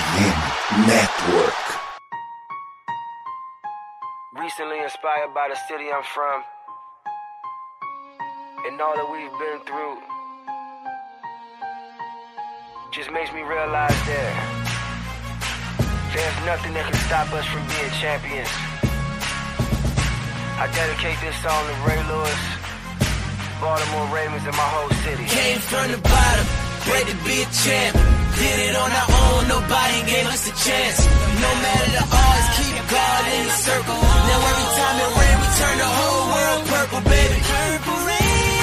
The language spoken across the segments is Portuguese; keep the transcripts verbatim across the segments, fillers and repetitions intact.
M Network. Recently inspired by the city I'm from and all that we've been through just makes me realize that there's nothing that can stop us from being champions. I dedicate this song to Ray Lewis, Baltimore Ravens, and my whole city. Came from the bottom, bred to be a champ. Did it on our own, nobody gave us a chance. No matter the odds, keep God in the circle. Now every time it rain, we turn the whole world purple, baby. Purple rain.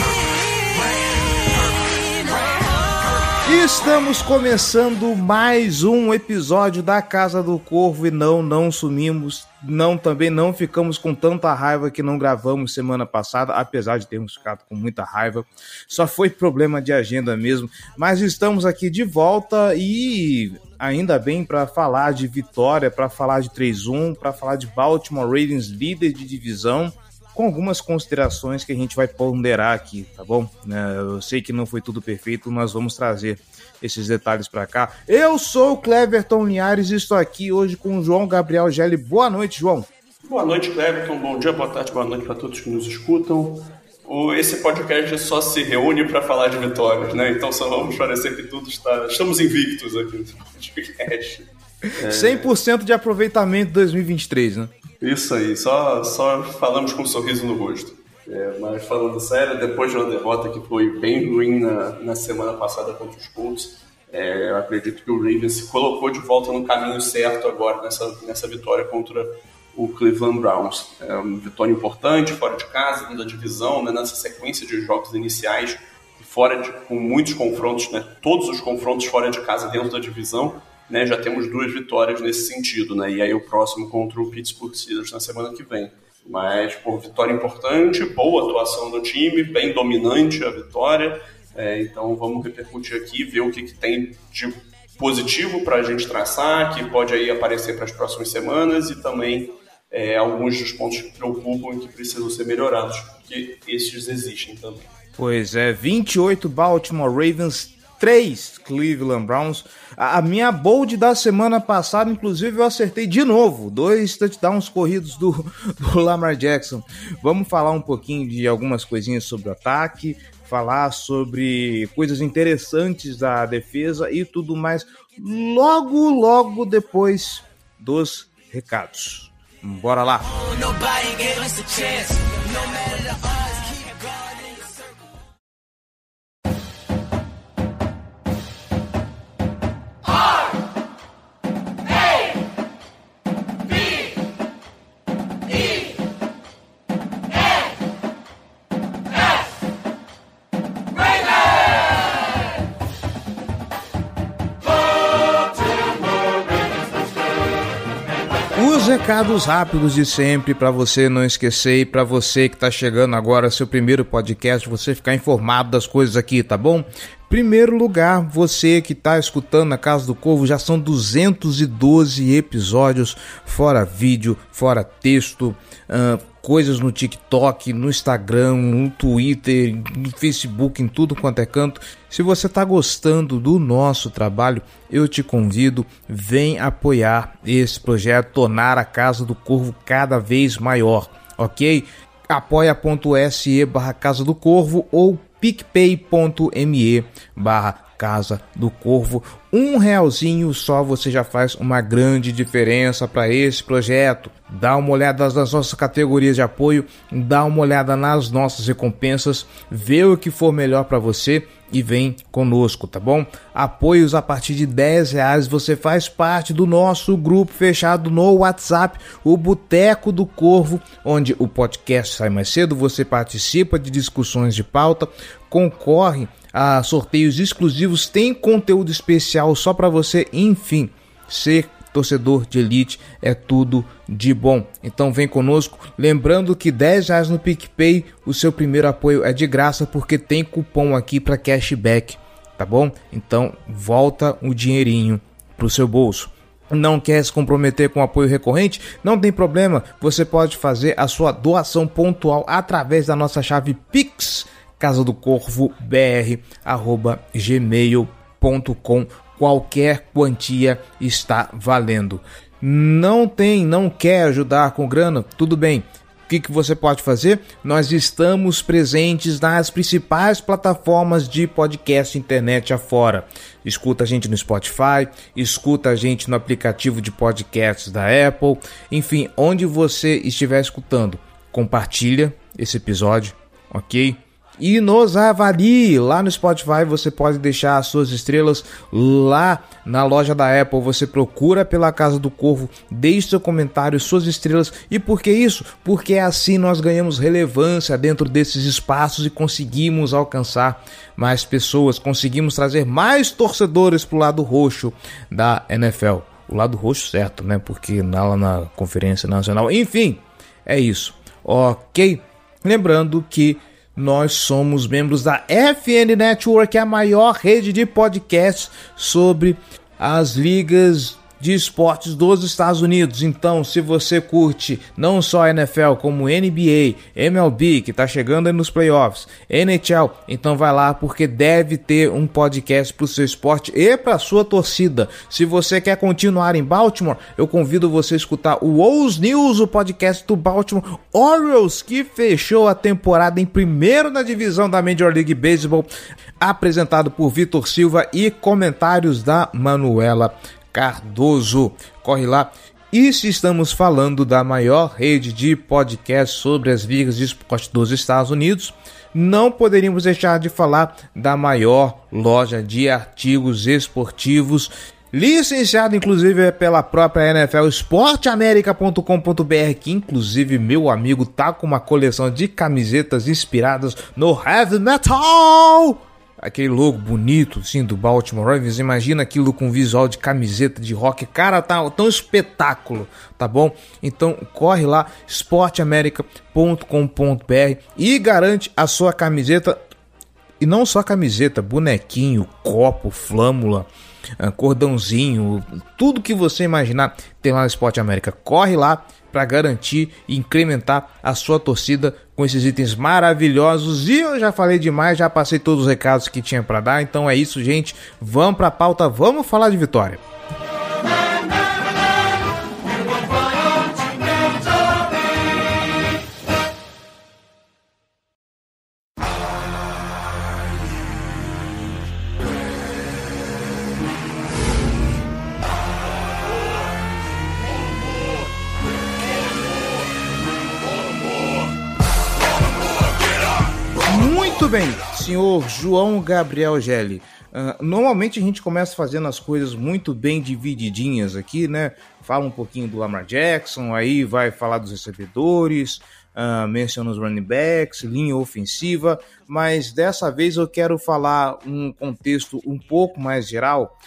Estamos começando mais um episódio da Casa do Corvo e não, não sumimos, não, também não ficamos com tanta raiva que não gravamos semana passada, apesar de termos ficado com muita raiva, só foi problema de agenda mesmo, mas estamos aqui de volta e ainda bem para falar de vitória, para falar de três a um, para falar de Baltimore Ravens, líder de divisão, com algumas considerações que a gente vai ponderar aqui, tá bom? Eu sei que não foi tudo perfeito, nós vamos trazer esses detalhes para cá. Eu sou o Cleverton Linhares e estou aqui hoje com o João Gabriel Gelli. Boa noite, João. Boa noite, Cleverton. Bom dia, boa tarde, boa noite para todos que nos escutam. Esse podcast só se reúne para falar de vitórias, né? Então só vamos parecer que tudo está... Estamos invictos aqui no podcast. É... cem por cento de aproveitamento dois mil e vinte e três, né? Isso aí, só, só falamos com um sorriso no rosto. É, mas falando sério, depois de uma derrota que foi bem ruim na, na semana passada contra os Colts, é, eu acredito que o Ravens se colocou de volta no caminho certo agora nessa, nessa vitória contra o Cleveland Browns. É uma vitória importante, fora de casa, dentro da divisão, né, nessa sequência de jogos iniciais, fora de, com muitos confrontos, né, todos os confrontos fora de casa dentro da divisão. Né, já temos duas vitórias nesse sentido, né, e aí o próximo contra o Pittsburgh Steelers na semana que vem. Mas, pô, vitória importante, boa atuação do time, bem dominante a vitória, é, então vamos repercutir aqui, ver o que, que tem de positivo para a gente traçar, que pode aí aparecer para as próximas semanas, e também é, alguns dos pontos que preocupam e que precisam ser melhorados, porque esses existem também. Pois é, vinte e oito Baltimore Ravens, três Cleveland Browns. A minha bold da semana passada, inclusive, eu acertei de novo. Dois touchdowns corridos do, do Lamar Jackson. Vamos falar um pouquinho de algumas coisinhas sobre o ataque, falar sobre coisas interessantes da defesa e tudo mais logo, logo depois dos recados. Bora lá! Recados rápidos de sempre para você não esquecer e para você que está chegando agora, seu primeiro podcast, você ficar informado das coisas aqui, tá bom? Primeiro lugar, você que está escutando na Casa do Corvo, já são duzentos e doze episódios, fora vídeo, fora texto, uh, coisas no TikTok, no Instagram, no Twitter, no Facebook, em tudo quanto é canto. Se você está gostando do nosso trabalho, eu te convido, vem apoiar esse projeto, tornar a Casa do Corvo cada vez maior, ok? apoia.se barra Casa do Corvo ou picpay.me barra Casa do Corvo. Um realzinho só você já faz uma grande diferença para esse projeto. Dá uma olhada nas nossas categorias de apoio, dá uma olhada nas nossas recompensas, vê o que for melhor para você e vem conosco, tá bom? Apoios a partir de dez reais, você faz parte do nosso grupo fechado no WhatsApp, o Boteco do Corvo, onde o podcast sai mais cedo, você participa de discussões de pauta, concorre a sorteios exclusivos, tem conteúdo especial só para você, enfim, ser torcedor de elite é tudo de bom. Então vem conosco, lembrando que dez reais no PicPay, o seu primeiro apoio é de graça porque tem cupom aqui para cashback, tá bom? Então volta o dinheirinho pro seu bolso. Não quer se comprometer com apoio recorrente? Não tem problema, você pode fazer a sua doação pontual através da nossa chave Pix, casa do corvo b r arroba gmail ponto com. qualquer quantia está valendo. Não tem, não quer ajudar com grana? Tudo bem. O que, que você pode fazer? Nós estamos presentes nas principais plataformas de podcast internet afora. Escuta a gente no Spotify, escuta a gente no aplicativo de podcasts da Apple. Enfim, onde você estiver escutando, compartilha esse episódio, ok? E nos avalie. Lá no Spotify você pode deixar as suas estrelas. Lá na loja da Apple você procura pela Casa do Corvo, deixe seu comentário, suas estrelas. E por que isso? Porque assim nós ganhamos relevância dentro desses espaços e conseguimos alcançar mais pessoas, conseguimos trazer mais torcedores pro lado roxo da N F L. O lado roxo certo, né? Porque lá na Conferência Nacional, enfim, é isso, ok? Lembrando que nós somos membros da F N Network, que é a maior rede de podcasts sobre as ligas de esportes dos Estados Unidos. Então, se você curte não só a N F L, como N B A, M L B, que está chegando aí nos playoffs, N H L, então vai lá, porque deve ter um podcast para o seu esporte e para a sua torcida. Se você quer continuar em Baltimore, eu convido você a escutar o O's News, o podcast do Baltimore Orioles, que fechou a temporada em primeiro na divisão da Major League Baseball, apresentado por Vitor Silva e comentários da Manuela Cardoso. Corre lá. E se estamos falando da maior rede de podcasts sobre as ligas de esporte dos Estados Unidos, não poderíamos deixar de falar da maior loja de artigos esportivos, licenciado inclusive pela própria N F L, esporte america ponto com ponto b r, que inclusive meu amigo tá com uma coleção de camisetas inspiradas no heavy metal. Aquele logo bonito, assim, do Baltimore Ravens. Imagina aquilo com visual de camiseta de rock. Cara, tá tão espetáculo, tá bom? Então, corre lá, esporte america ponto com ponto b r e garante a sua camiseta. E não só camiseta, bonequinho, copo, flâmula, cordãozinho, tudo que você imaginar tem lá no Esporte América. Corre lá para garantir e incrementar a sua torcida com esses itens maravilhosos. E eu já falei demais, já passei todos os recados que tinha para dar. Então é isso, gente. Vamos para a pauta, vamos falar de vitória. Muito bem, senhor João Gabriel Gelli. Uh, normalmente a gente começa fazendo as coisas muito bem divididinhas aqui, né? Fala um pouquinho do Lamar Jackson, aí vai falar dos recebedores, uh, menciona os running backs, linha ofensiva, mas dessa vez eu quero falar um contexto um pouco mais geral,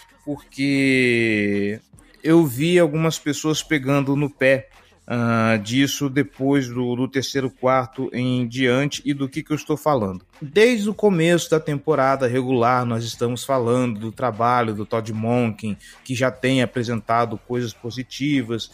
porque eu vi algumas pessoas pegando no pé Uh, disso depois do, do terceiro quarto em diante. E do que, que eu estou falando? Desde o começo da temporada regular nós estamos falando do trabalho do Todd Monken, que já tem apresentado coisas positivas,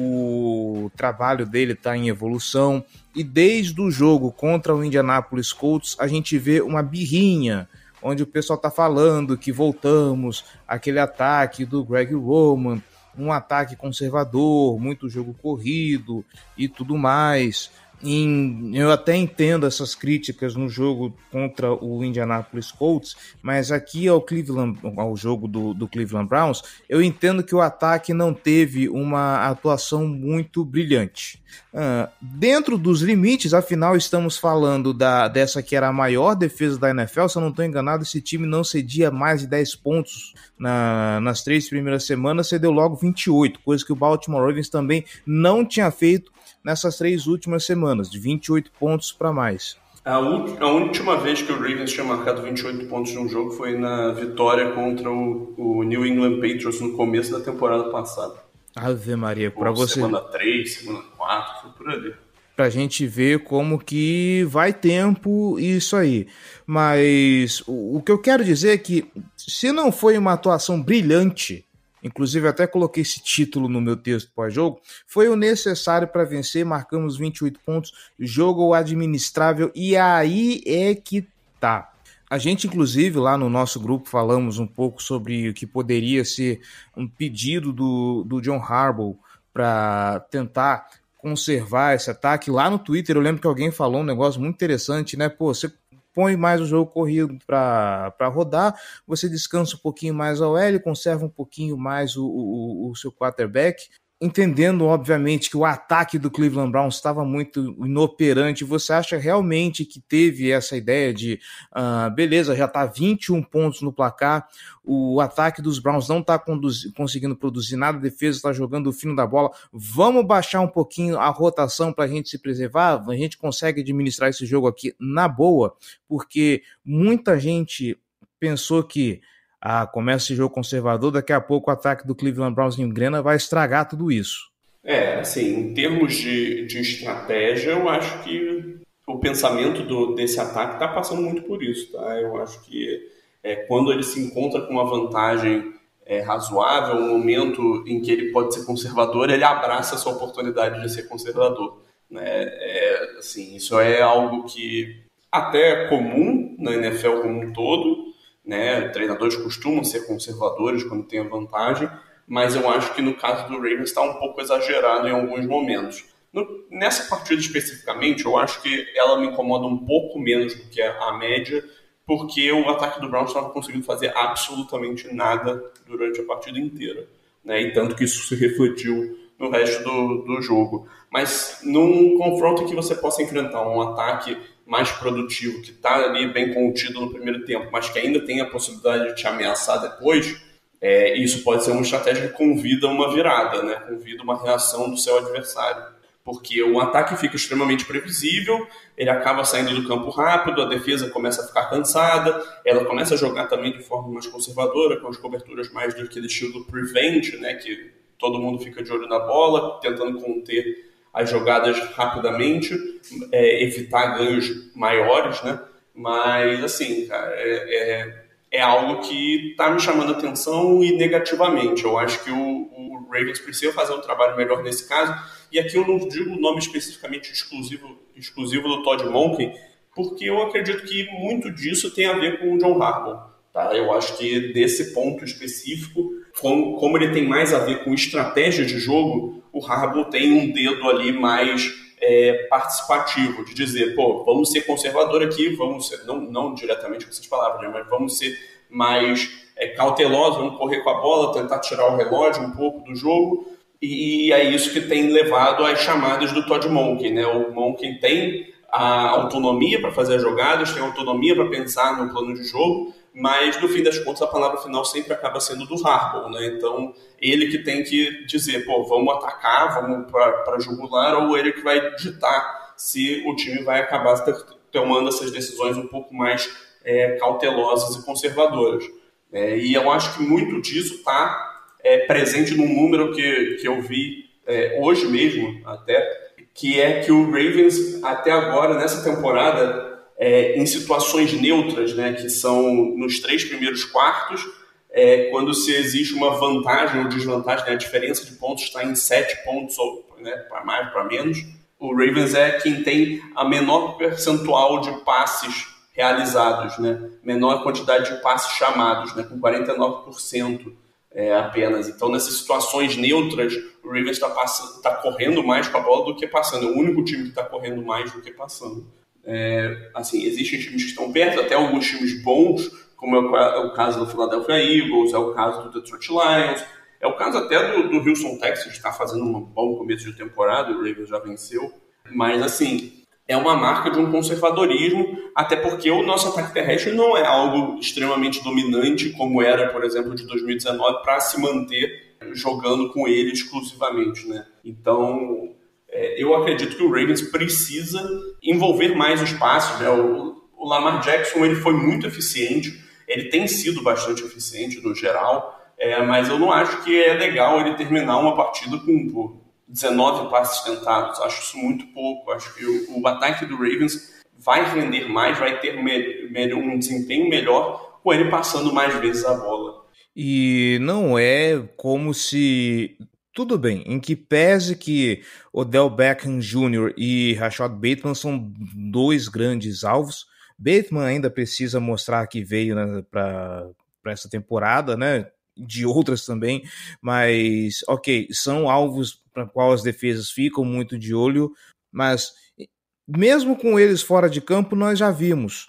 o trabalho dele está em evolução, e desde o jogo contra o Indianapolis Colts a gente vê uma birrinha, onde o pessoal está falando que voltamos àquele ataque do Greg Roman, um ataque conservador, muito jogo corrido e tudo mais. Em, eu até entendo essas críticas no jogo contra o Indianapolis Colts, mas aqui ao, Cleveland, ao jogo do, do Cleveland Browns, eu entendo que o ataque não teve uma atuação muito brilhante. Uh, dentro dos limites, afinal estamos falando da, dessa que era a maior defesa da N F L, se eu não estou enganado, esse time não cedia mais de dez pontos na, nas três primeiras semanas, cedeu logo vinte e oito, coisa que o Baltimore Ravens também não tinha feito nessas três últimas semanas, de vinte e oito pontos para mais. A, un... a última vez que o Ravens tinha marcado vinte e oito pontos num jogo foi na vitória contra o, o New England Patriots no começo da temporada passada. Ave Maria, para você... Semana três, semana quatro, foi por ali. Pra gente ver como que vai tempo isso aí. Mas o, o que eu quero dizer é que, se não foi uma atuação brilhante, inclusive até coloquei esse título no meu texto pós-jogo, foi o necessário para vencer, marcamos vinte e oito pontos, jogo administrável, e aí é que tá. A gente, inclusive, lá no nosso grupo falamos um pouco sobre o que poderia ser um pedido do, do John Harbaugh para tentar conservar esse ataque. Lá no Twitter eu lembro que alguém falou um negócio muito interessante, né? Pô, você põe mais o jogo corrido para rodar, você descansa um pouquinho mais a O L, conserva um pouquinho mais o, o, o seu quarterback, entendendo, obviamente, que o ataque do Cleveland Browns estava muito inoperante. Você acha realmente que teve essa ideia de, uh, beleza, já está vinte e um pontos no placar, o ataque dos Browns não está conseguindo produzir nada, a defesa está jogando o fino da bola, vamos baixar um pouquinho a rotação para a gente se preservar, a gente consegue administrar esse jogo aqui na boa, porque muita gente pensou que ah, começa esse jogo conservador, daqui a pouco o ataque do Cleveland Browns engrena, vai estragar tudo isso. É, assim, em termos de, de estratégia, eu acho que o pensamento do, desse ataque está passando muito por isso, tá? Eu acho que é, quando ele se encontra com uma vantagem é, razoável, um momento em que ele pode ser conservador, ele abraça essa oportunidade de ser conservador, né? É, assim, isso é algo que até é comum na N F L como um todo, né? Treinadores costumam ser conservadores quando tem a vantagem, mas eu acho que no caso do Ravens está um pouco exagerado em alguns momentos. No, nessa partida especificamente, eu acho que ela me incomoda um pouco menos do que a, a média, porque o ataque do Browns estava conseguindo fazer absolutamente nada durante a partida inteira, né? E tanto que isso se refletiu no resto do, do jogo. Mas num confronto em que você possa enfrentar um ataque mais produtivo, que está ali bem contido no primeiro tempo, mas que ainda tem a possibilidade de te ameaçar depois, é, isso pode ser uma estratégia que convida uma virada, né? Convida uma reação do seu adversário. Porque o ataque fica extremamente previsível, ele acaba saindo do campo rápido, a defesa começa a ficar cansada, ela começa a jogar também de forma mais conservadora, com as coberturas mais daquele estilo prevent, né? Que todo mundo fica de olho na bola, tentando conter as jogadas rapidamente, é, evitar ganhos maiores, né? Mas, assim, cara, é, é, é algo que está me chamando a atenção e negativamente. Eu acho que o, o Ravens precisa fazer um trabalho melhor nesse caso. E aqui eu não digo o nome especificamente exclusivo, exclusivo do Todd Monken, porque eu acredito que muito disso tem a ver com o John Harbaugh. Tá? Eu acho que desse ponto específico, como, como ele tem mais a ver com estratégia de jogo, o Harbaugh tem um dedo ali mais é, participativo, de dizer, pô, vamos ser conservador aqui, vamos ser, não, não diretamente com essas palavras, né, mas vamos ser mais é, cautelosos, vamos correr com a bola, tentar tirar o relógio um pouco do jogo, e é isso que tem levado às chamadas do Todd Monken, né? O Monken tem a autonomia para fazer as jogadas, tem a autonomia para pensar no plano de jogo, mas no fim das contas a palavra final sempre acaba sendo do Harbaugh, né? Então ele que tem que dizer, pô, vamos atacar, vamos para jugular, ou ele que vai ditar se o time vai acabar ter, tomando essas decisões um pouco mais é, cautelosas e conservadoras. É, e eu acho que muito disso está é, presente num número que, que eu vi é, hoje mesmo até, que é que o Ravens até agora nessa temporada É, em situações neutras, né, que são nos três primeiros quartos, é, quando se existe uma vantagem ou desvantagem, né, a diferença de pontos está em sete pontos, ou né, para mais, para menos, o Ravens é quem tem a menor percentual de passes realizados, né, menor quantidade de passes chamados, né, com quarenta e nove por cento é, apenas. Então, nessas situações neutras, o Ravens está tá correndo mais com a bola do que passando. É o único time que está correndo mais do que passando. É, assim, existem times que estão perto, até alguns times bons, como é o, é o caso do Philadelphia Eagles, é o caso do Detroit Lions, é o caso até do, do Houston Texans, que está fazendo um bom começo de temporada, o Ravens já venceu, mas assim, é uma marca de um conservadorismo, até porque o nosso ataque terrestre não é algo extremamente dominante, como era, por exemplo, de dois mil e dezenove, para se manter jogando com ele exclusivamente, né? Então, eu acredito que o Ravens precisa envolver mais os passes, né? O, o Lamar Jackson ele foi muito eficiente, ele tem sido bastante eficiente no geral, é, mas eu não acho que é legal ele terminar uma partida com pô, dezenove passes tentados. Acho isso muito pouco. Acho que o, o ataque do Ravens vai render mais, vai ter me, me, um desempenho melhor com ele passando mais vezes a bola. E não é como se... Tudo bem, em que pese que Odell Beckham Júnior e Rashad Bateman são dois grandes alvos, Bateman ainda precisa mostrar que veio, né, para essa temporada, né? De outras também, mas ok, são alvos para qual as defesas ficam muito de olho, mas mesmo com eles fora de campo, nós já vimos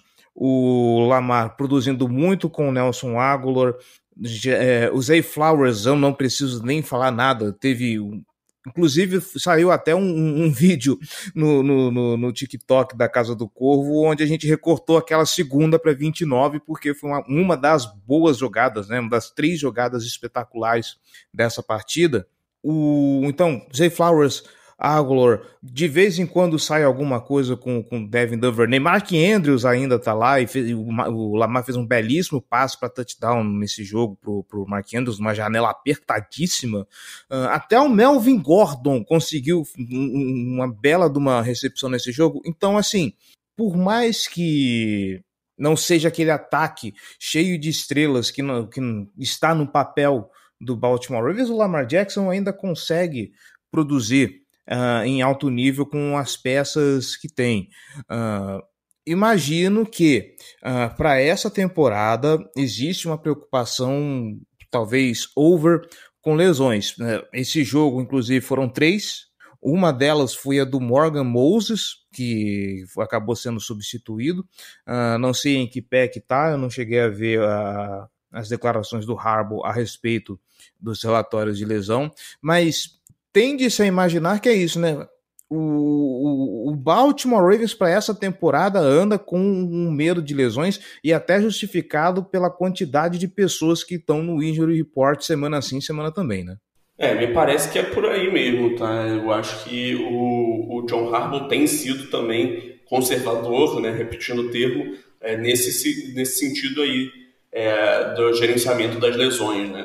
o Lamar produzindo muito com o Nelson Agholor, é, o Zay Flowers, eu não preciso nem falar nada, teve... Inclusive, saiu até um, um, um vídeo no, no, no, no TikTok da Casa do Corvo, onde a gente recortou aquela segunda para vinte e nove, porque foi uma, uma das boas jogadas, né? Uma das três jogadas espetaculares dessa partida. O, então, Zay Flowers, Agholor, de vez em quando sai alguma coisa com o Devin Duvernay. Mark Andrews ainda tá lá, e fez, o, o Lamar fez um belíssimo passe para touchdown nesse jogo pro, pro Mark Andrews, uma janela apertadíssima. Uh, até o Melvin Gordon conseguiu um, uma bela de uma recepção nesse jogo. Então, assim, por mais que não seja aquele ataque cheio de estrelas que, não, que está no papel do Baltimore Ravens, o Lamar Jackson ainda consegue produzir Uh, em alto nível com as peças que tem. Uh, imagino que uh, para essa temporada existe uma preocupação talvez over com lesões. Uh, esse jogo, inclusive, foram três. Uma delas foi a do Morgan Moses, que acabou sendo substituído. Uh, não sei em que pé que tá, eu não cheguei a ver uh, as declarações do Harbaugh a respeito dos relatórios de lesão, mas tende-se a imaginar que é isso, né? O, o, o Baltimore Ravens para essa temporada anda com um medo de lesões e até justificado pela quantidade de pessoas que estão no Injury Report semana sim, semana também, né? É, me parece que é por aí mesmo, tá? Eu acho que o, o John Harbaugh tem sido também conservador, né? Repetindo o termo, é, nesse, nesse sentido aí é, do gerenciamento das lesões, né?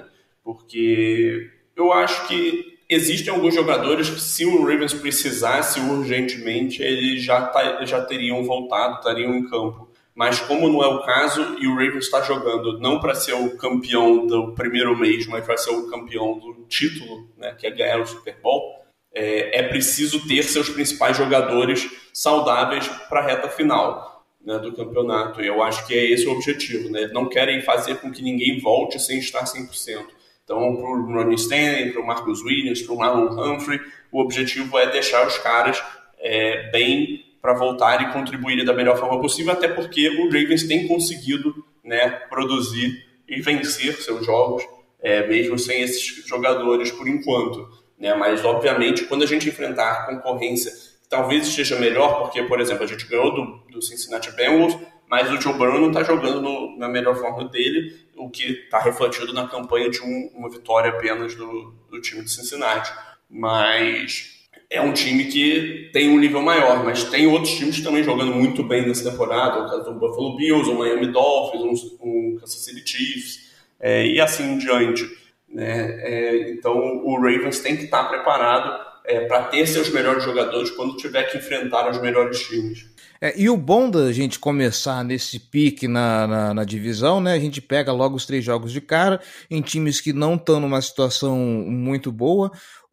Porque eu acho que existem alguns jogadores que, se o Ravens precisasse urgentemente, eles já, tá, já teriam voltado, estariam em campo. Mas como não é o caso, e o Ravens está jogando não para ser o campeão do primeiro mês, mas para ser o campeão do título, né, que é ganhar o Super Bowl, é, é preciso ter seus principais jogadores saudáveis para a reta final, né, do campeonato. E eu acho que é esse o objetivo, né? Eles não querem fazer com que ninguém volte sem estar cem por cento. Então, para o Ronnie Stanley, para o Marcus Williams, para o Marlon Humphrey, o objetivo é deixar os caras é, bem para voltar e contribuir da melhor forma possível, até porque o Ravens tem conseguido, né, produzir e vencer seus jogos, é, mesmo sem esses jogadores por enquanto. Né? Mas, obviamente, quando a gente enfrentar a concorrência, talvez esteja melhor, porque, por exemplo, a gente ganhou do, do Cincinnati Bengals, mas o Joe Burrow não está jogando no, na melhor forma dele, o que está refletido na campanha de um, uma vitória apenas do, do time de Cincinnati. Mas é um time que tem um nível maior, mas tem outros times também jogando muito bem nessa temporada, o caso do Buffalo Bills, o Miami Dolphins, o um Kansas City Chiefs, é, e assim em diante. Né? É, então o Ravens tem que estar tá preparado é, para ter seus melhores jogadores quando tiver que enfrentar os melhores times. É, e o bom da gente começar nesse pique na, na, na divisão, né? A gente pega logo os três jogos de cara em times que não estão numa situação muito boa.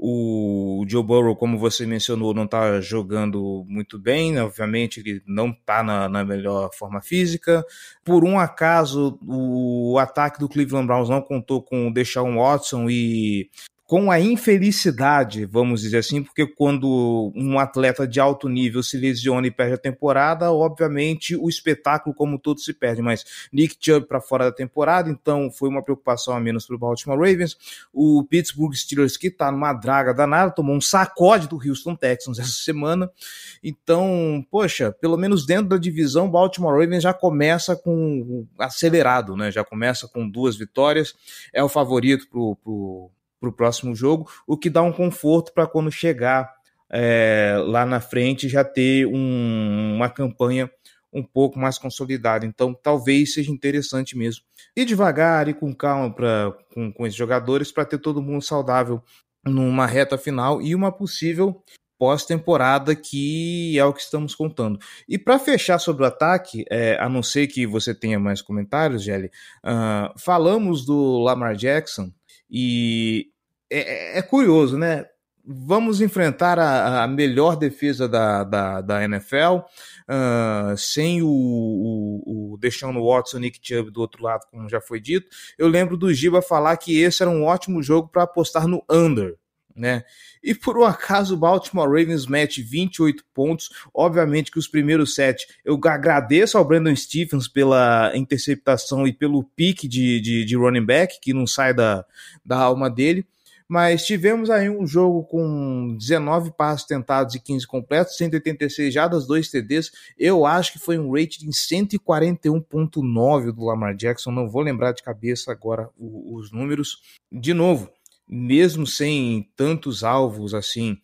O Joe Burrow, como você mencionou, não está jogando muito bem, né? Obviamente ele não está na, na melhor forma física. Por um acaso, o ataque do Cleveland Browns não contou com o Deshaun Watson e com a infelicidade, vamos dizer assim, porque quando um atleta de alto nível se lesiona e perde a temporada, obviamente o espetáculo como todo se perde, mas Nick Chubb para fora da temporada, então foi uma preocupação a menos para o Baltimore Ravens. O Pittsburgh Steelers, que está numa draga danada, tomou um sacode do Houston Texans essa semana, então, poxa, pelo menos dentro da divisão, Baltimore Ravens já começa com acelerado, né? Já começa com duas vitórias, é o favorito para o para o próximo jogo, o que dá um conforto para quando chegar é, lá na frente já ter um, uma campanha um pouco mais consolidada. Então talvez seja interessante mesmo ir devagar e com calma pra, com, com esses jogadores para ter todo mundo saudável numa reta final e uma possível pós-temporada, que é o que estamos contando. E para fechar sobre o ataque, é, a não ser que você tenha mais comentários, Gelli, uh, falamos do Lamar Jackson e É, é curioso, né? vamos enfrentar a, a melhor defesa da, da, da N F L, uh, sem o, o, o Deshaun Watson e Nick Chubb do outro lado, como já foi dito. Eu lembro do Giba falar que esse era um ótimo jogo para apostar no under, né? E por um acaso o Baltimore Ravens mete vinte e oito pontos. Obviamente que os primeiros sete, eu agradeço ao Brandon Stephens pela interceptação e pelo pique de, de, de running back, que não sai da, da alma dele, mas tivemos aí um jogo com dezenove passes tentados e quinze completos, cento e oitenta e seis jardas, dois T Ds. Eu acho que foi um rating em cento e quarenta e um vírgula nove do Lamar Jackson, não vou lembrar de cabeça agora os números. De novo, mesmo sem tantos alvos assim,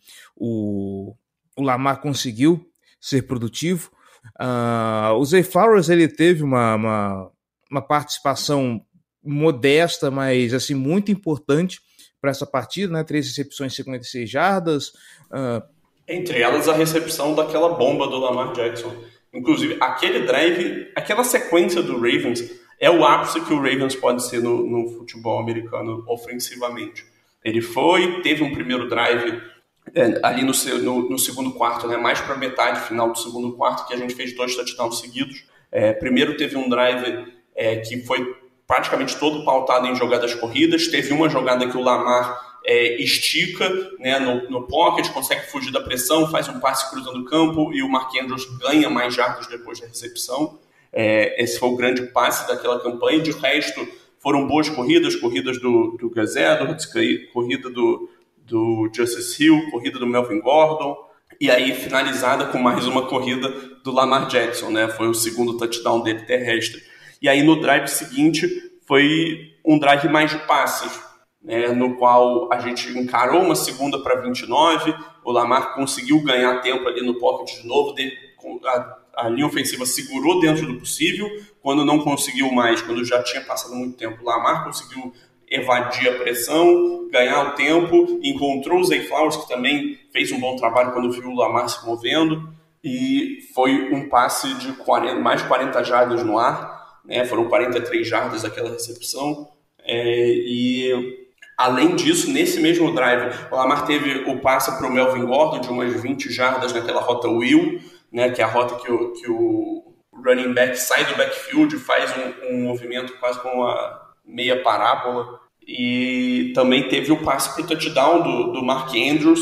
o, o Lamar conseguiu ser produtivo. Uh, o Zay Flowers, ele teve uma, uma, uma participação modesta, mas assim, muito importante para essa partida, né? Três recepções, cinquenta e seis jardas. Uh... Entre elas, a recepção daquela bomba do Lamar Jackson. Inclusive, aquele drive, aquela sequência do Ravens é o ápice que o Ravens pode ser no, no futebol americano ofensivamente. Ele foi, teve um primeiro drive é, ali no, no, no segundo quarto, né, mais para metade final do segundo quarto, que a gente fez dois touchdowns seguidos. É, primeiro teve um drive é, que foi praticamente todo pautado em jogadas corridas. Teve uma jogada que o Lamar é, estica, né, no, no pocket, consegue fugir da pressão, faz um passe cruzando o campo e o Mark Andrews ganha mais jardas depois da recepção. É, esse foi o grande passe daquela campanha. De resto, foram boas corridas, corridas do, do Gus Edwards, corrida do, do Justice Hill, corrida do Melvin Gordon, e aí finalizada com mais uma corrida do Lamar Jackson, né? Foi o segundo touchdown dele terrestre. E aí no drive seguinte foi um drive mais de passes, né? No qual a gente encarou uma segunda para vinte e nove, o Lamar conseguiu ganhar tempo ali no pocket de novo, de, a, a linha ofensiva segurou dentro do possível. Quando não conseguiu mais, quando já tinha passado muito tempo, o Lamar conseguiu evadir a pressão, ganhar o tempo, encontrou o Zay Flowers, que também fez um bom trabalho quando viu o Lamar se movendo, e foi um passe de quarenta, mais de quarenta jardas no ar, né? Foram quarenta e três jardas aquela recepção, é, e além disso, nesse mesmo drive, o Lamar teve o passe para o Melvin Gordon de umas vinte jardas naquela rota wheel, né? Que é a rota que o, que o running back sai do backfield, faz um, um movimento quase como uma meia parábola. E também teve o passe para o touchdown do, do Mark Andrews,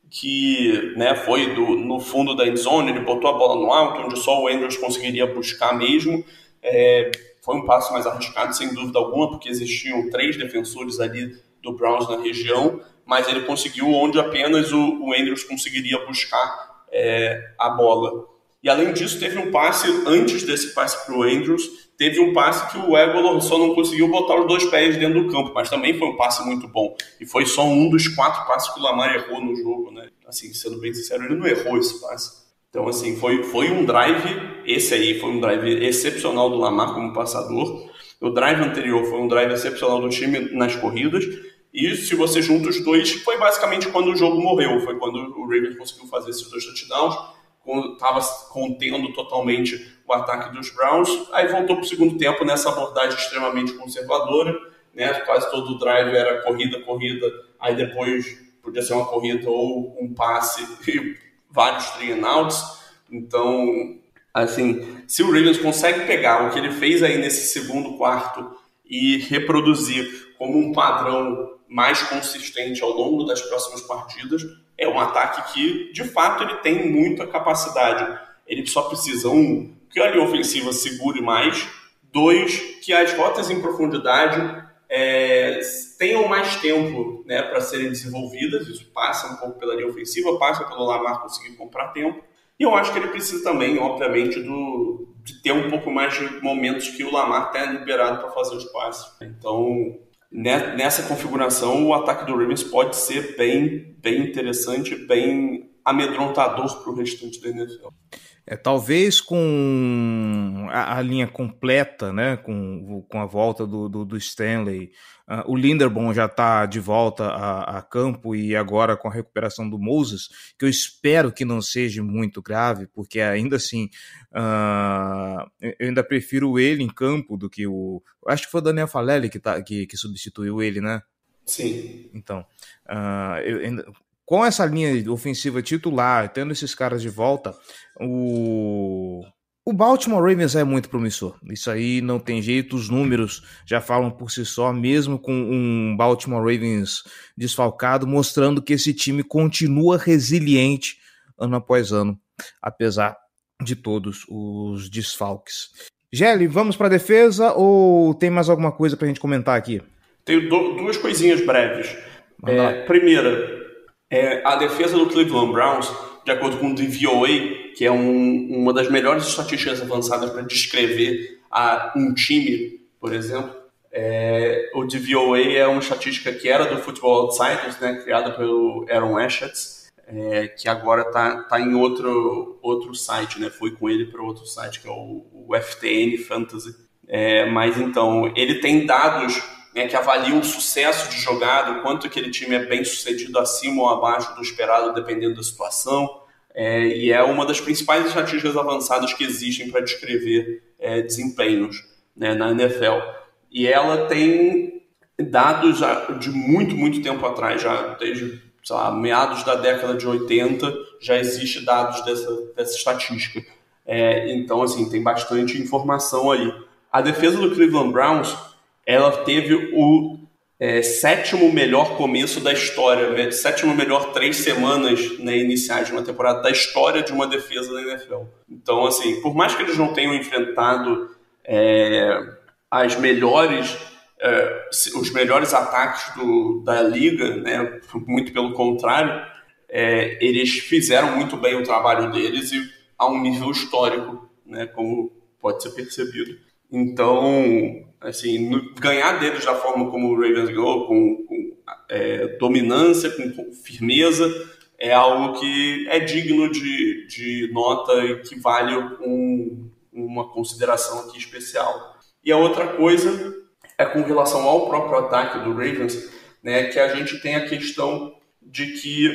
que, né, foi do, no fundo da endzone, ele botou a bola no alto, onde só o Andrews conseguiria buscar mesmo. É, foi um passe mais arriscado, sem dúvida alguma, porque existiam três defensores ali do Browns na região, mas ele conseguiu onde apenas o, o Andrews conseguiria buscar é, a bola. E além disso, teve um passe, antes desse passe para o Andrews, teve um passe que o Aguilar só não conseguiu botar os dois pés dentro do campo, mas também foi um passe muito bom. E foi só um dos quatro passes que o Lamar errou no jogo, né? Assim, sendo bem sincero, ele não errou esse passe. Então, assim, foi, foi um drive, esse aí foi um drive excepcional do Lamar como passador. O drive anterior foi um drive excepcional do time nas corridas. E se você junta os dois, foi basicamente quando o jogo morreu. Foi quando o Ravens conseguiu fazer esses dois touchdowns, estava contendo totalmente o ataque dos Browns. Aí voltou para o segundo tempo nessa abordagem extremamente conservadora, né? Quase todo o drive era corrida, corrida, aí depois podia ser uma corrida ou um passe e vários three and outs. Então, assim, se o Ravens consegue pegar o que ele fez aí nesse segundo quarto e reproduzir como um padrão mais consistente ao longo das próximas partidas, é um ataque que, de fato, ele tem muita capacidade. Ele só precisa, um, que a linha ofensiva segure mais, dois, que as rotas em profundidade é, tenham mais tempo, né, para serem desenvolvidas. Isso passa um pouco pela linha ofensiva, passa pelo Lamar conseguir comprar tempo. E eu acho que ele precisa também, obviamente, do, de ter um pouco mais de momentos que o Lamar tenha liberado para fazer os passes. Então, nessa configuração, o ataque do Ravens pode ser bem, bem interessante, bem amedrontador para o restante da N F L. É, talvez com a, a linha completa, né, com, com a volta do, do, do Stanley, uh, o Linderbaum já está de volta a, a campo, e agora com a recuperação do Moses, que eu espero que não seja muito grave, porque ainda assim uh, eu ainda prefiro ele em campo do que o... Acho que foi o Daniel Falele que, tá, que, que substituiu ele, né? Sim. Então, uh, eu ainda... com essa linha ofensiva titular, tendo esses caras de volta, o... O Baltimore Ravens é muito promissor, isso aí não tem jeito, os números já falam por si só, mesmo com um Baltimore Ravens desfalcado, mostrando que esse time continua resiliente ano após ano, apesar de todos os desfalques. Gelli, vamos para a defesa ou tem mais alguma coisa para a gente comentar aqui? Tenho do, duas coisinhas breves. É, primeira, é, a defesa do Cleveland Browns, de acordo com o D V O A, que é um, uma das melhores estatísticas avançadas para descrever a, um time, por exemplo, é, o D V O A é uma estatística que era do Football Outsiders, né, criada pelo Aaron Eschatz, é, que agora está tá em outro, outro site, né, foi com ele para outro site, que é o, o F T N Fantasy. É, mas então, ele tem dados, né, que avaliam o sucesso de jogada, o quanto aquele time é bem sucedido acima ou abaixo do esperado, dependendo da situação. É, e é uma das principais estatísticas avançadas que existem para descrever é, desempenhos, né, na N F L. E ela tem dados já de muito, muito tempo atrás, já desde, sei lá, meados da década de oitenta, já existe dados dessa, dessa estatística. É, então, assim, tem bastante informação aí. A defesa do Cleveland Browns, ela teve o é, sétimo melhor começo da história, né? Sétimo melhor três semanas, né, iniciais de uma temporada da história de uma defesa da N F L. Então, assim, por mais que eles não tenham enfrentado é, as melhores, é, os melhores ataques do, da liga, né, muito pelo contrário, é, eles fizeram muito bem o trabalho deles e a um nível histórico, né, como pode ser percebido. Então, assim, no, ganhar deles da forma como o Ravens ganhou, com, com é, dominância, com, com firmeza, é algo que é digno de, de nota e que vale um, uma consideração aqui especial. E a outra coisa é com relação ao próprio ataque do Ravens, né, que a gente tem a questão de que,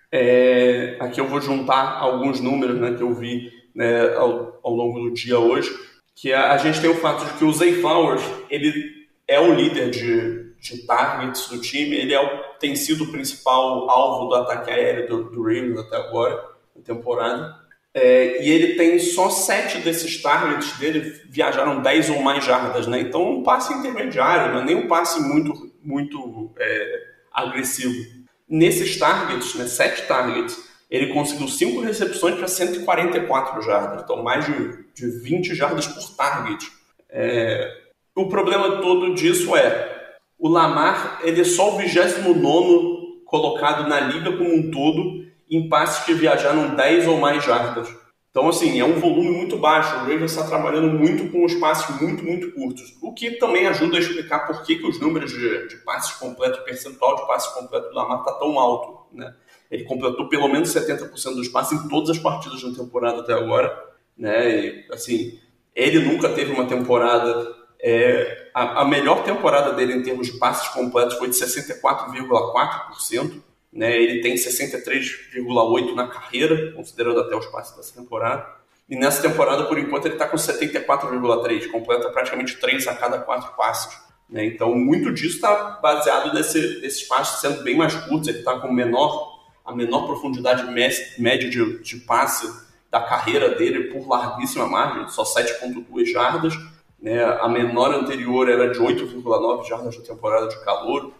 é, aqui eu vou juntar alguns números, né, que eu vi, né, ao, ao longo do dia hoje, que a, a gente tem o fato de que o Zay Flowers, ele é o líder de, de targets do time, ele é o, tem sido o principal alvo do ataque aéreo do, do Ravens até agora, na temporada, é, e ele tem só sete desses targets dele viajaram dez ou mais jardas, né? Então um passe intermediário, não é nem um passe muito, muito é, agressivo. Nesses targets, né, sete targets, ele conseguiu cinco recepções para cento e quarenta e quatro jardas, então mais de, de vinte jardas por target. É, o problema todo disso é, o Lamar ele é só o vigésimo nono colocado na liga como um todo em passes que viajaram dez ou mais jardas. Então, assim, é um volume muito baixo. O Ravens está trabalhando muito com os passes muito, muito curtos, o que também ajuda a explicar por que, que os números de, de passes completos, o percentual de passes completos do Lamar está tão alto, né? Ele completou pelo menos setenta por cento dos passes em todas as partidas da temporada até agora, né? E, assim, ele nunca teve uma temporada... É, a, a melhor temporada dele em termos de passes completos foi de sessenta e quatro vírgula quatro por cento, né? Ele tem sessenta e três vírgula oito por cento na carreira, considerando até os passes dessa temporada. E nessa temporada, por enquanto, ele está com setenta e quatro vírgula três por cento, completa praticamente três a cada quatro passes, né? Então, muito disso está baseado nesse, nesses passes sendo bem mais curtos. Ele está com menor... a menor profundidade média de, de passe da carreira dele por larguíssima margem, só sete vírgula dois jardas, né? A menor anterior era de oito vírgula nove jardas na temporada de calouro.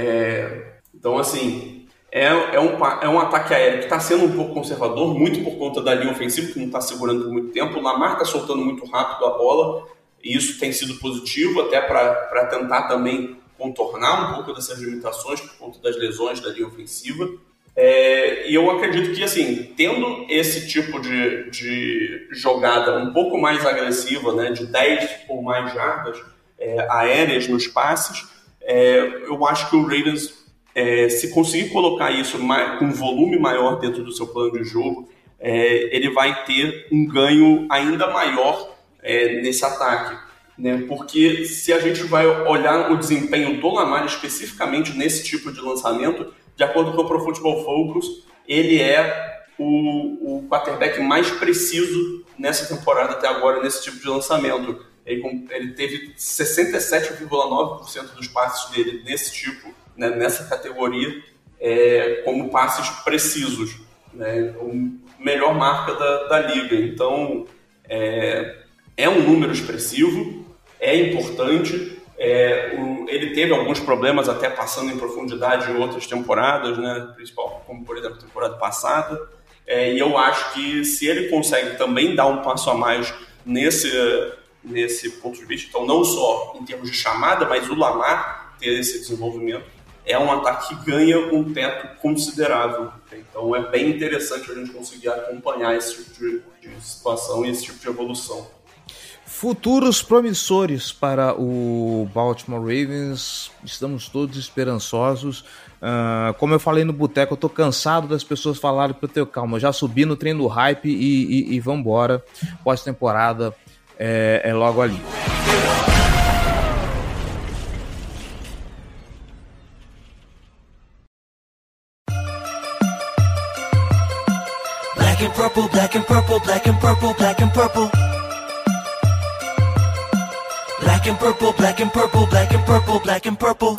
É, então, assim, é, é, um, é um ataque aéreo que está sendo um pouco conservador, muito por conta da linha ofensiva, que não está segurando por muito tempo. O Lamar está soltando muito rápido a bola, e isso tem sido positivo, até para tentar também contornar um pouco dessas limitações por conta das lesões da linha ofensiva. É, e eu acredito que, assim, tendo esse tipo de, de jogada um pouco mais agressiva, né, de dez ou mais jardas é, aéreas nos passes, é, eu acho que o Ravens, é, se conseguir colocar isso mais, com um volume maior dentro do seu plano de jogo, é, ele vai ter um ganho ainda maior é, nesse ataque, né? Porque se a gente vai olhar o desempenho do Lamar especificamente nesse tipo de lançamento, de acordo com o Pro Football Focus, ele é o, o quarterback mais preciso nessa temporada até agora, nesse tipo de lançamento. Ele, ele teve sessenta e sete vírgula nove por cento dos passes dele nesse tipo, né, nessa categoria, é, como passes precisos, né? A melhor marca da, da liga. Então, é, é um número expressivo, é importante. É, o, ele teve alguns problemas até passando em profundidade em outras temporadas, né? Principal, como por exemplo a temporada passada. É, e eu acho que se ele consegue também dar um passo a mais nesse, nesse ponto de vista, então não só em termos de chamada, mas o Lamar ter esse desenvolvimento, é um ataque que ganha um teto considerável. Então é bem interessante a gente conseguir acompanhar esse tipo de, de situação e esse tipo de evolução. Futuros promissores para o Baltimore Ravens, estamos todos esperançosos. Uh, como eu falei no boteco, eu tô cansado das pessoas falarem para eu ter calma. Eu já subi no trem do hype e, e, e vambora. Pós-temporada é, é logo ali. Black and purple, black and purple, black and purple, black and purple. Black and purple, black and purple, black and purple, black and purple.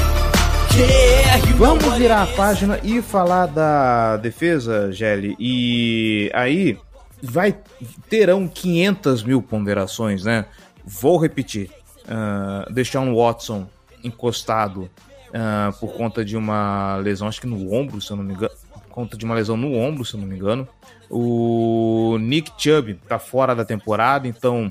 Yeah, vamos virar a página e falar da defesa, Gelli. E aí vai terão quinhentas mil ponderações, né? Vou repetir. Uh, Deshaun Watson encostado uh, por conta de uma lesão, acho que no ombro, se eu não me engano. Por conta de uma lesão no ombro, se eu não me engano. O Nick Chubb tá fora da temporada, então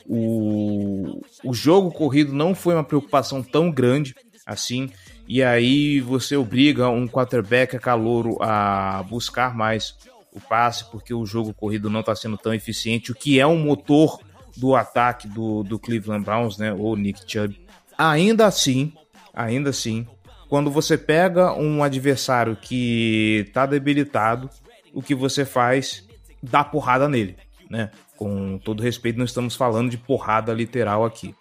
o, o jogo corrido não foi uma preocupação tão grande assim, e aí você obriga um quarterback calouro a buscar mais o passe, porque o jogo corrido não está sendo tão eficiente, o que é um motor do ataque do, do Cleveland Browns, né, ou Nick Chubb. Ainda assim, ainda assim, quando você pega um adversário que está debilitado, o que você faz? Dá porrada nele, né? Com todo respeito, não estamos falando de porrada literal aqui.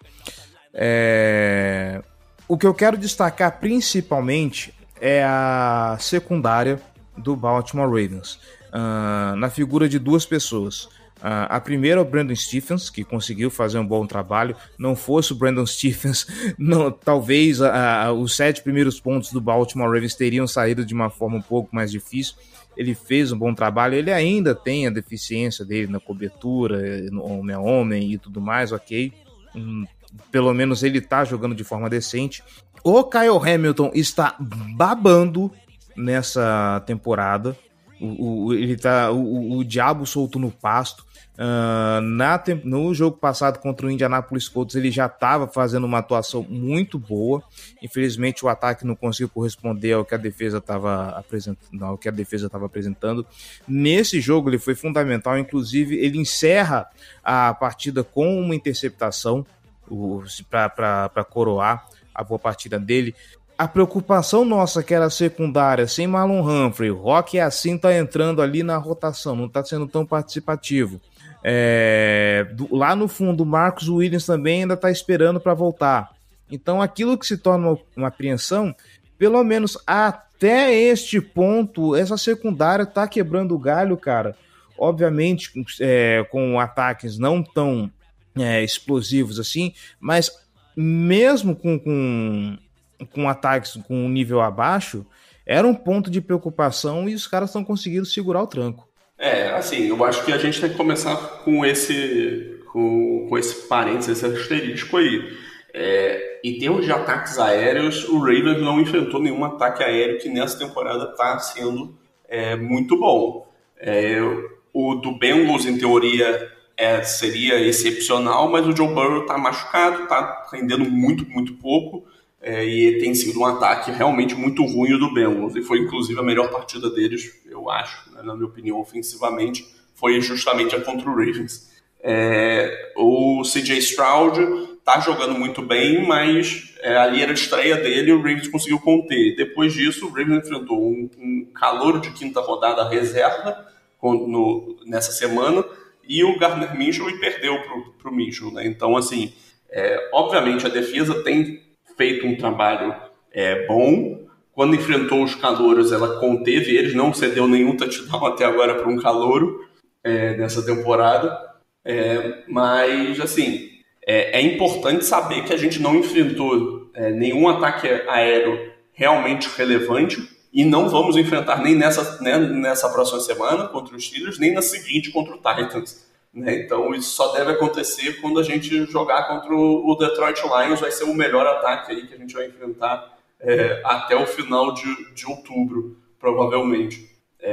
É... O que eu quero destacar principalmente é a secundária do Baltimore Ravens, uh, na figura de duas pessoas. Uh, a primeira é o Brandon Stephens, que conseguiu fazer um bom trabalho. Não fosse o Brandon Stephens, não, talvez uh, os sete primeiros pontos do Baltimore Ravens teriam saído de uma forma um pouco mais difícil. Ele fez um bom trabalho, ele ainda tem a deficiência dele na cobertura, no homem a homem e tudo mais, ok. Hum, pelo menos ele tá jogando de forma decente. O Kyle Hamilton está babando nessa temporada. O, o, ele tá, o, o diabo solto no pasto. Uh, na, no jogo passado contra o Indianapolis Colts ele já estava fazendo uma atuação muito boa. Infelizmente o ataque não conseguiu corresponder ao que a defesa estava apresentando, ao que a defesa estava apresentando. Nesse jogo ele foi fundamental, inclusive ele encerra a partida com uma interceptação para coroar a boa partida dele. A preocupação nossa, que era secundária, sem Marlon Humphrey, o Rock assim tá entrando ali na rotação, não tá sendo tão participativo. É, do, lá no fundo, o Marcus Williams também ainda tá esperando para voltar. Então aquilo que se torna uma, uma apreensão, pelo menos até este ponto, essa secundária tá quebrando o galho, cara. Obviamente é, com ataques não tão é, explosivos assim, mas mesmo com... com com ataques com um nível abaixo, era um ponto de preocupação e os caras estão conseguindo segurar o tranco. É, assim, eu acho que a gente tem que começar com esse, com, com esse parênteses, esse asterisco aí. É, em termos de ataques aéreos, o Ravens não enfrentou nenhum ataque aéreo que nessa temporada está sendo é, muito bom. É, o do Bengals, em teoria, é, seria excepcional, mas o Joe Burrow está machucado, está rendendo muito, muito pouco. É, e tem sido um ataque realmente muito ruim o do Bengals, e foi inclusive a melhor partida deles, eu acho, né, na minha opinião, ofensivamente, foi justamente a contra o Ravens. É, o C J Stroud tá jogando muito bem, mas é, ali era a estreia dele e o Ravens conseguiu conter. Depois disso, o Ravens enfrentou um, um calouro de quinta rodada reserva no, nessa semana, e o Gardner Minshew e perdeu pro, pro Minshew, né? Então, assim, é, obviamente a defesa tem feito um trabalho é, bom. Quando enfrentou os calouros, ela conteve eles, não cedeu nenhum touchdown até agora para um calouro é, nessa temporada. É, mas, assim, é, é importante saber que a gente não enfrentou é, nenhum ataque aéreo realmente relevante e não vamos enfrentar nem nessa, né, nessa próxima semana contra os Steelers, nem na seguinte contra o Titans. Né? Então isso só deve acontecer quando a gente jogar contra o Detroit Lions, vai ser o melhor ataque aí que a gente vai enfrentar é, até o final de, de outubro, provavelmente.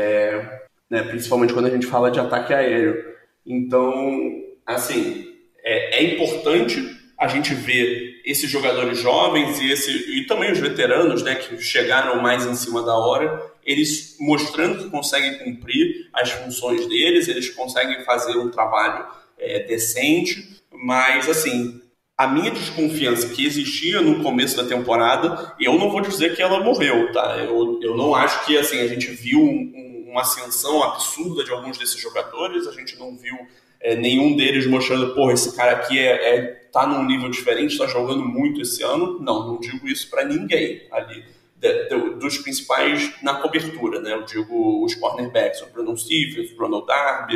É, né, principalmente quando a gente fala de ataque aéreo. Então, assim, é, é importante a gente ver esses jogadores jovens e, esse, e também os veteranos, né, que chegaram mais em cima da hora, eles mostrando que conseguem cumprir as funções deles, eles conseguem fazer um trabalho é, decente, mas, assim, a minha desconfiança que existia no começo da temporada, eu não vou dizer que ela morreu, tá? Eu, eu não acho que, assim, a gente viu um, um, uma ascensão absurda de alguns desses jogadores, a gente não viu é, nenhum deles mostrando, porra, esse cara aqui é, é, tá num nível diferente, tá jogando muito esse ano. Não, não digo isso para ninguém ali. De, de, dos principais na cobertura, né? Eu digo os cornerbacks, o Brandon Stephens, o Ronald Darby,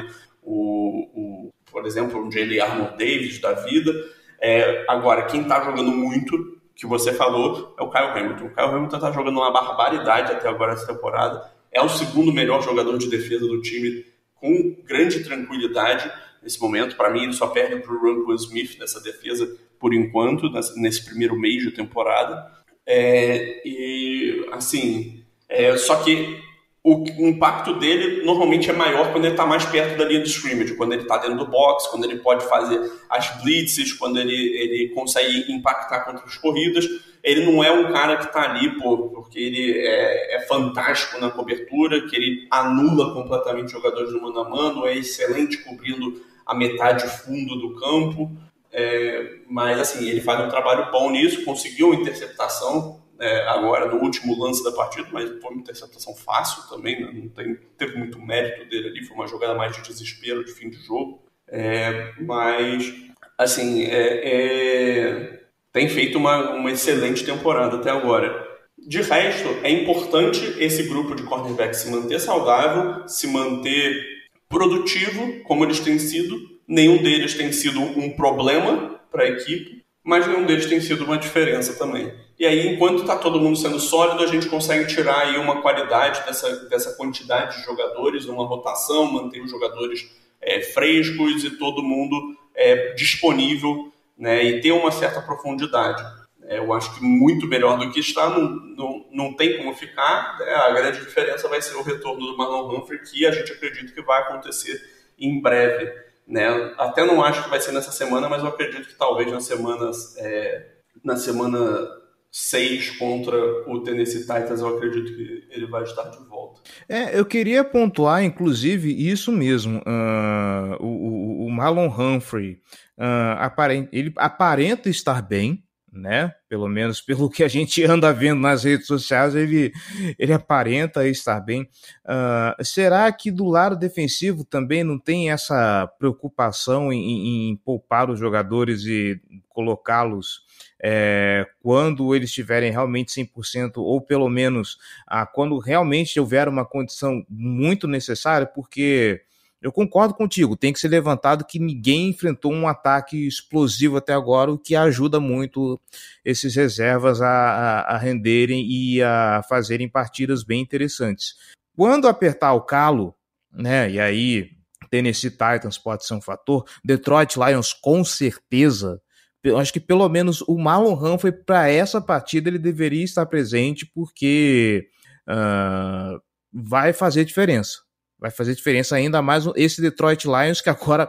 o, o, por exemplo, o J J Armour Davis da vida. É, agora, quem está jogando muito, que você falou, é o Kyle Hamilton. O Kyle Hamilton está jogando uma barbaridade até agora essa temporada. É o segundo melhor jogador de defesa do time, com grande tranquilidade nesse momento. Para mim, ele só perde para o Rumpel Smith nessa defesa por enquanto, nesse primeiro mês de temporada. É, e assim, é, só que o, o impacto dele normalmente é maior quando ele está mais perto da linha de scrimmage, quando ele está dentro do box, quando ele pode fazer as blitzes, quando ele, ele consegue impactar contra as corridas. Ele não é um cara que está ali pô, porque ele é, é fantástico na cobertura, que ele anula completamente jogadores no mano a mano, é excelente cobrindo a metade fundo do campo. É, mas assim, ele faz um trabalho bom nisso, conseguiu uma interceptação é, agora no último lance da partida, mas foi uma interceptação fácil também, né? Não tem, teve muito mérito dele ali, foi uma jogada mais de desespero de fim de jogo, é, mas assim, é, é, tem feito uma, uma excelente temporada até agora. De resto, é importante esse grupo de cornerbacks se manter saudável, se manter produtivo, como eles têm sido. Nenhum deles tem sido um problema para a equipe, mas nenhum deles tem sido uma diferença também. E aí, enquanto está todo mundo sendo sólido, a gente consegue tirar aí uma qualidade dessa, dessa quantidade de jogadores, uma rotação, manter os jogadores é, frescos e todo mundo é, disponível, né, e ter uma certa profundidade. É, eu acho que muito melhor do que está, não, não, não tem como ficar. Né, a grande diferença vai ser o retorno do Marlon Humphrey, que a gente acredita que vai acontecer em breve. Né? Até não acho que vai ser nessa semana, mas eu acredito que talvez na semana, é, na semana seis contra o Tennessee Titans, eu acredito que ele vai estar de volta. É, eu queria pontuar, inclusive, isso mesmo. Uh, o, o Marlon Humphrey, uh, aparenta, ele aparenta estar bem, né? Pelo menos pelo que a gente anda vendo nas redes sociais, ele, ele aparenta estar bem. Uh, será que do lado defensivo também não tem essa preocupação em, em, em poupar os jogadores e colocá-los é, quando eles estiverem realmente cem por cento, ou pelo menos ah, quando realmente houver uma condição muito necessária? Porque eu concordo contigo, tem que ser levantado que ninguém enfrentou um ataque explosivo até agora, o que ajuda muito esses reservas a, a, a renderem e a fazerem partidas bem interessantes. Quando apertar o calo, né, e aí Tennessee Titans pode ser um fator, Detroit Lions com certeza, eu acho que pelo menos o Marlon Humphrey para essa partida ele deveria estar presente, porque uh, vai fazer diferença. Vai fazer diferença ainda mais esse Detroit Lions, que agora,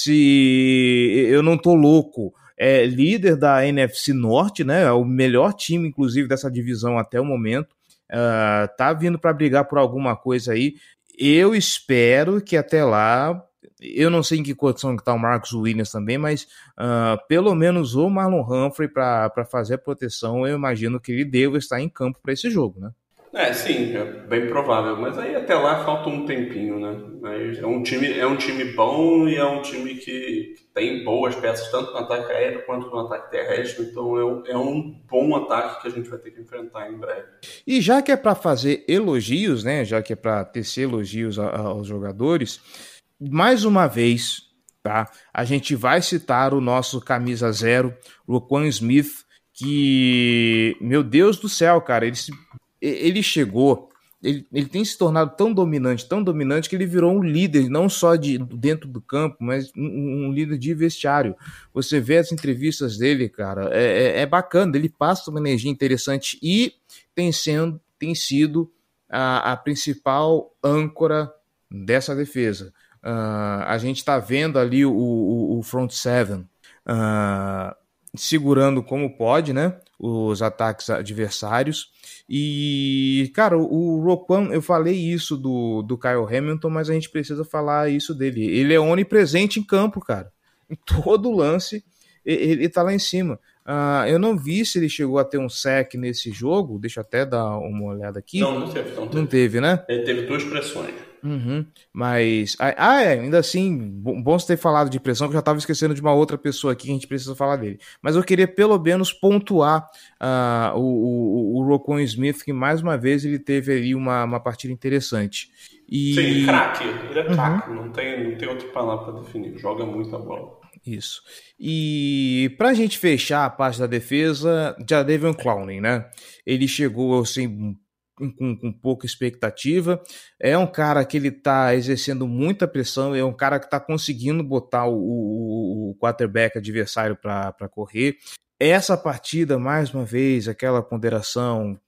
se eu não tô louco, é líder da N F C Norte, né? É o melhor time, inclusive, dessa divisão até o momento. Uh, tá vindo para brigar por alguma coisa aí. Eu espero que até lá, eu não sei em que condição que tá o Marcus Williams também, mas uh, pelo menos o Marlon Humphrey para fazer a proteção, eu imagino que ele deva estar em campo para esse jogo, né? É, sim, é bem provável, mas aí até lá falta um tempinho, né? Mas é um time, é um time bom e é um time que, que tem boas peças, tanto no ataque aéreo quanto no ataque terrestre, então é um, é um bom ataque que a gente vai ter que enfrentar em breve. E já que é para fazer elogios, né? Já que é para tecer elogios a, a, aos jogadores, mais uma vez, tá? A gente vai citar o nosso camisa zero, Roquan Smith, que, meu Deus do céu, cara, ele se Ele chegou ele, ele tem se tornado tão dominante, tão dominante, que ele virou um líder, não só de, dentro do campo, mas um, um líder de vestiário. Você vê as entrevistas dele, cara, é, é, é bacana, ele passa uma energia interessante e tem, sendo, tem sido a, a principal âncora dessa defesa. Uh, a gente está vendo ali o, o, o front seven uh, segurando como pode, né, os ataques adversários. E, cara, o Roquan, eu falei isso do, do Kyle Hamilton, mas a gente precisa falar isso dele. Ele é onipresente em campo, cara. Em todo lance, ele, ele tá lá em cima. Uh, eu não vi se ele chegou a ter um sack nesse jogo. Deixa eu até dar uma olhada aqui. Não, não teve. Não teve, não teve né? Ele teve duas pressões. Uhum, mas, ah é, ainda assim, bom você ter falado de pressão, que eu já estava esquecendo de uma outra pessoa aqui que a gente precisa falar dele, mas eu queria pelo menos pontuar uh, o, o, o Roquan Smith, que mais uma vez ele teve ali uma, uma partida interessante. E... Sim, craque, ele é craque, uhum. não, tem, não tem outra palavra para definir, joga muita bola. Isso. E pra gente fechar a parte da defesa, Jadeveon Clowney, né, ele chegou assim... Com, com pouca expectativa, é um cara que ele tá exercendo muita pressão, é um cara que tá conseguindo botar o, o, o quarterback adversário para correr. Essa partida, mais uma vez, aquela ponderação,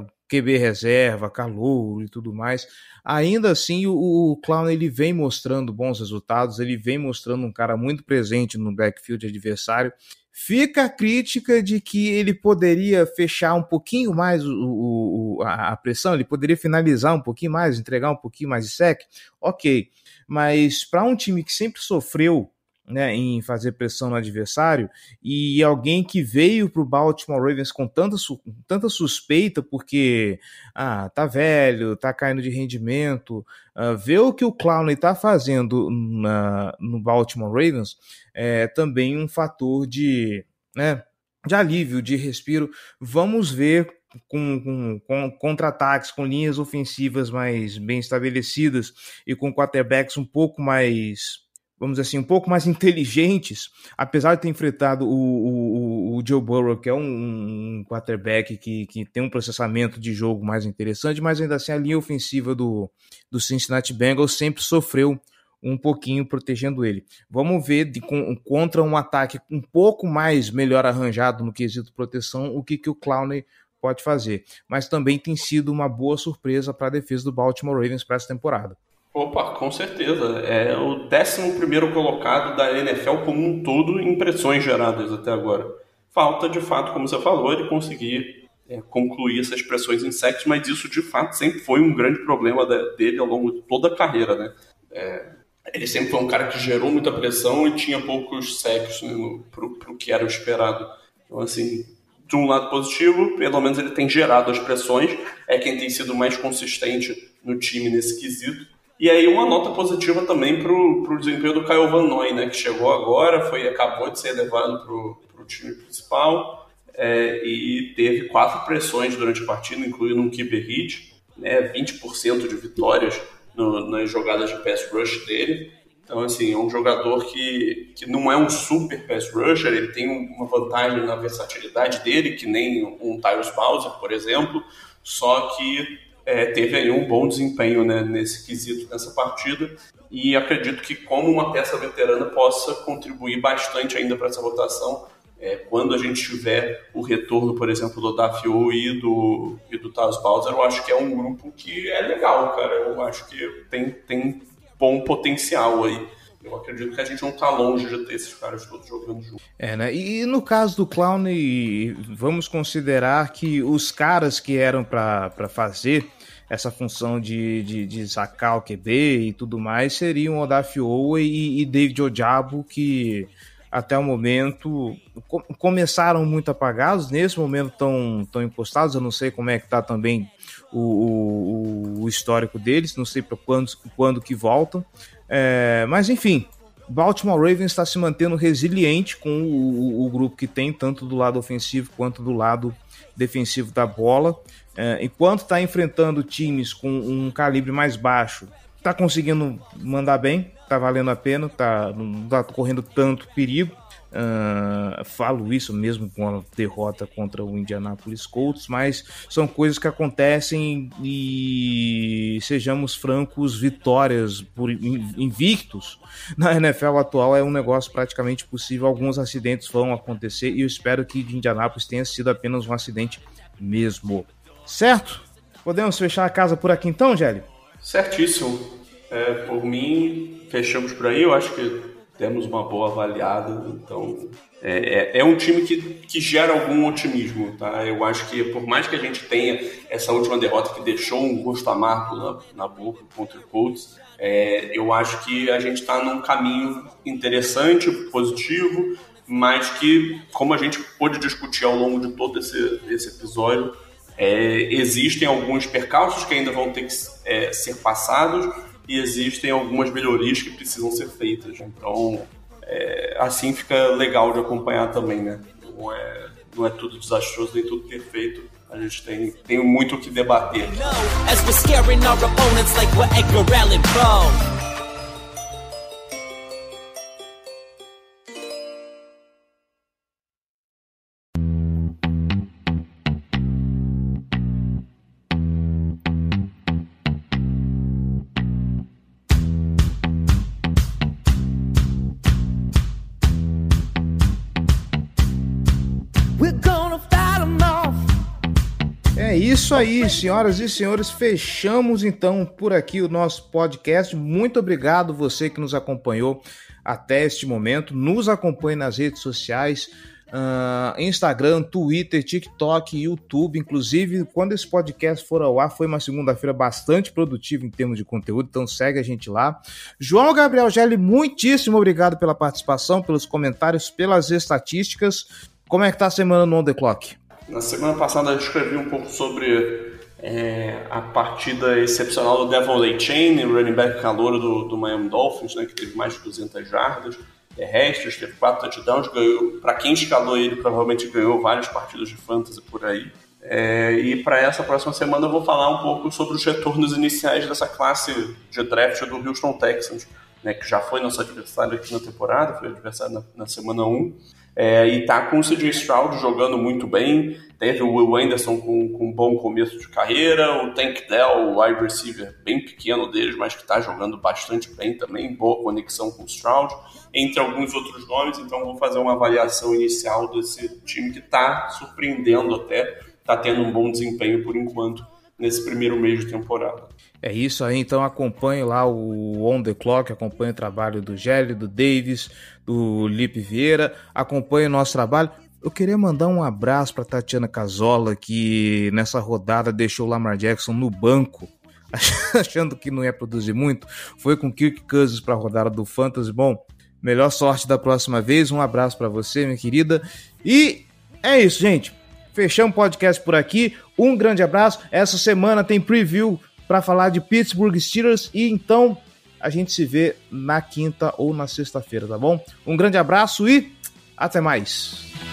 Q B reserva, calor e tudo mais, ainda assim o, o Clown ele vem mostrando bons resultados, ele vem mostrando um cara muito presente no backfield adversário. Fica a crítica de que ele poderia fechar um pouquinho mais o, o, a pressão, ele poderia finalizar um pouquinho mais, entregar um pouquinho mais de sec, ok, mas para um time que sempre sofreu, né, em fazer pressão no adversário, e alguém que veio para o Baltimore Ravens com tanta, su- tanta suspeita, porque ah, tá velho, tá caindo de rendimento, uh, ver o que o Clowney tá fazendo na, no Baltimore Ravens é também um fator de, né, de alívio, de respiro. Vamos ver com, com, com contra-ataques, com linhas ofensivas mais bem estabelecidas e com quarterbacks um pouco mais... vamos dizer assim, um pouco mais inteligentes, apesar de ter enfrentado o, o, o Joe Burrow, que é um, um quarterback que, que tem um processamento de jogo mais interessante, mas ainda assim a linha ofensiva do, do Cincinnati Bengals sempre sofreu um pouquinho protegendo ele. Vamos ver de, com, contra um ataque um pouco mais melhor arranjado no quesito proteção, o que, que o Clowney pode fazer. Mas também tem sido uma boa surpresa para a defesa do Baltimore Ravens para essa temporada. Opa, com certeza. É o décimo primeiro colocado da N F L como um todo em impressões geradas até agora. Falta, de fato, como você falou, ele conseguir é, concluir essas pressões em sacks, mas isso, de fato, sempre foi um grande problema dele ao longo de toda a carreira, né? É, ele sempre foi um cara que gerou muita pressão e tinha poucos sacks, né, para o que era o esperado. Então, assim, de um lado positivo, pelo menos ele tem gerado as pressões, é quem tem sido mais consistente no time nesse quesito. E aí uma nota positiva também para o desempenho do Kyle Van Noy, né, que chegou agora, foi, acabou de ser levado para o time principal é, e teve quatro pressões durante a partida, incluindo um keeper hit, né, vinte por cento de vitórias no, nas jogadas de pass rush dele. Então, assim, é um jogador que, que não é um super pass rusher, ele tem uma vantagem na versatilidade dele, que nem um Tyrus Bowser, por exemplo, só que é, teve aí um bom desempenho, né, nesse quesito, nessa partida, e acredito que como uma peça veterana possa contribuir bastante ainda para essa rotação, é, quando a gente tiver o retorno, por exemplo, do Dafiou e do, e do Tyrus Bowser. Eu acho que é um grupo que é legal, cara, eu acho que tem, tem bom potencial aí. Eu acredito que a gente não tá longe de ter esses caras todos jogando juntos. É, né? E no caso do Clowney, vamos considerar que os caras que eram para fazer essa função de, de, de sacar o Q B e tudo mais seriam o Dafiou e, e David Ojabo, que até o momento co- começaram muito apagados, nesse momento estão tão encostados. Eu não sei como é que tá também o, o, o histórico deles, não sei para quando, quando que voltam. É, mas enfim, Baltimore Ravens está se mantendo resiliente com o, o, o grupo que tem, tanto do lado ofensivo quanto do lado defensivo da bola. É, enquanto está enfrentando times com um calibre mais baixo, está conseguindo mandar bem, está valendo a pena, tá, não está correndo tanto perigo. Uh, falo isso mesmo com a derrota contra o Indianapolis Colts, mas são coisas que acontecem e, sejamos francos, vitórias por invictos na N F L atual é um negócio praticamente possível. Alguns acidentes vão acontecer e eu espero que de Indianapolis tenha sido apenas um acidente mesmo. Certo? Podemos fechar a casa por aqui então, Gélio? Certíssimo. É, por mim, fechamos por aí. Eu acho que temos uma boa avaliada, então é, é, é um time que, que gera algum otimismo, tá? Eu acho que por mais que a gente tenha essa última derrota que deixou um gosto amargo na, na boca contra o Colts, é, eu acho que a gente está num caminho interessante, positivo, mas que, como a gente pôde discutir ao longo de todo esse, esse episódio, é, existem alguns percalços que ainda vão ter que é, ser passados, e existem algumas melhorias que precisam ser feitas. Então, é, assim fica legal de acompanhar também, né? Não é, não é tudo desastroso, nem tudo perfeito. A gente tem, tem muito o que debater. É isso aí, senhoras e senhores, fechamos então por aqui o nosso podcast. Muito obrigado você que nos acompanhou até este momento. Nos acompanhe nas redes sociais, uh, Instagram, Twitter, TikTok, YouTube. Inclusive, quando esse podcast for ao ar, foi uma segunda-feira bastante produtiva em termos de conteúdo, então segue a gente lá. João Gabriel Gelli, muitíssimo obrigado pela participação, pelos comentários, pelas estatísticas. Como é que tá a semana no On The Clock? Na semana passada eu escrevi um pouco sobre é, a partida excepcional do Devon Achane, running back calouro do, do Miami Dolphins, né, que teve mais de duzentas jardas terrestres, teve quatro touchdowns, ganhou, para quem escalou ele, provavelmente ganhou várias partidas de fantasy por aí. É, e para essa próxima semana eu vou falar um pouco sobre os retornos iniciais dessa classe de draft do Houston Texans, né, que já foi nosso adversário aqui na temporada, foi adversário na, na semana um. É, e tá com o C J Stroud jogando muito bem, teve o Will Anderson com, com um bom começo de carreira, o Tank Dell, o wide receiver bem pequeno deles, mas que tá jogando bastante bem também, boa conexão com o Stroud, entre alguns outros nomes. Então vou fazer uma avaliação inicial desse time que tá surpreendendo até, tá tendo um bom desempenho por enquanto nesse primeiro mês de temporada. É isso aí, então acompanhe lá o On The Clock, acompanhe o trabalho do Gelli, do Davis, do Lipe Vieira, acompanhe o nosso trabalho. Eu queria mandar um abraço para Tatiana Casola, que nessa rodada deixou o Lamar Jackson no banco, achando que não ia produzir muito, foi com Kirk Cousins para a rodada do Fantasy. Bom, melhor sorte da próxima vez, um abraço para você, minha querida, e é isso, gente, fechamos o podcast por aqui, um grande abraço. Essa semana tem preview para falar de Pittsburgh Steelers e então a gente se vê na quinta ou na sexta-feira, tá bom? Um grande abraço e até mais!